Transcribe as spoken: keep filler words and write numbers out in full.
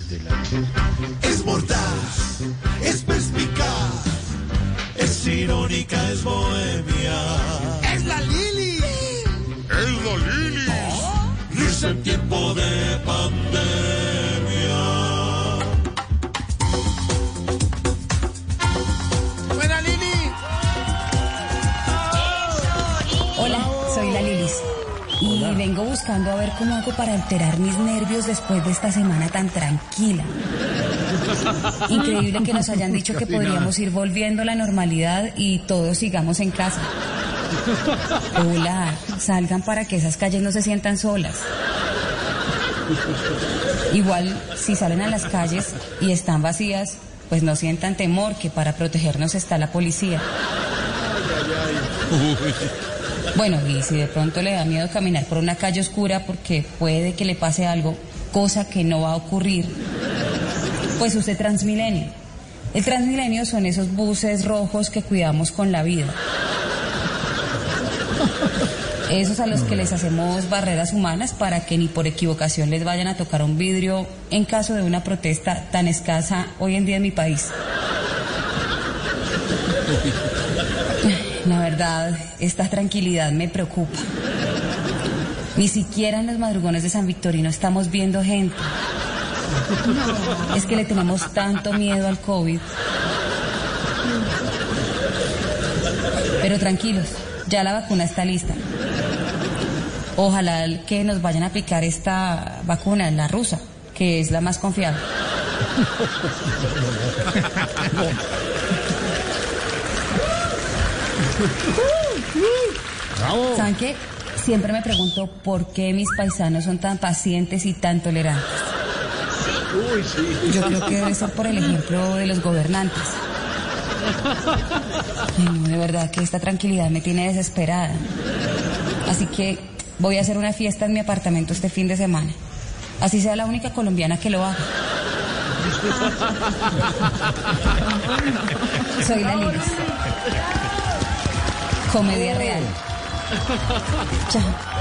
Es mordaz, es perspicaz, es irónica, es bohemia. ¡Es la Lili! ¡Es la Lili! ¿Oh? Risa en tiempo de pandemia. ¡Buena Lili! Hola, soy la Lilis. Y Hola. Vengo buscando a ver cómo hago para alterar mis nervios después de esta semana tan tranquila. Increíble que nos hayan dicho que podríamos ir volviendo a la normalidad y todos sigamos en casa. Hola, salgan para que esas calles no se sientan solas. Igual, si salen a las calles y están vacías, pues no sientan temor, que para protegernos está la policía. Bueno, y si de pronto le da miedo caminar por una calle oscura porque puede que le pase algo, cosa que no va a ocurrir, pues use Transmilenio. El Transmilenio son esos buses rojos que cuidamos con la vida. Esos a los que les hacemos barreras humanas para que ni por equivocación les vayan a tocar un vidrio en caso de una protesta tan escasa hoy en día en mi país. La verdad, esta tranquilidad me preocupa. Ni siquiera en los madrugones de San Victorino estamos viendo gente. Es que le tenemos tanto miedo al COVID. Pero tranquilos, ya la vacuna está lista. Ojalá que nos vayan a aplicar esta vacuna, la rusa, que es la más confiable. ¿Saben qué? Siempre me pregunto por qué mis paisanos son tan pacientes y tan tolerantes. Yo creo que debe ser por el ejemplo de los gobernantes. Ay, no, de verdad que esta tranquilidad me tiene desesperada. Así que voy a hacer una fiesta en mi apartamento este fin de semana. Así sea la única colombiana que lo haga. Soy la Lilis. Comedia real. Chao.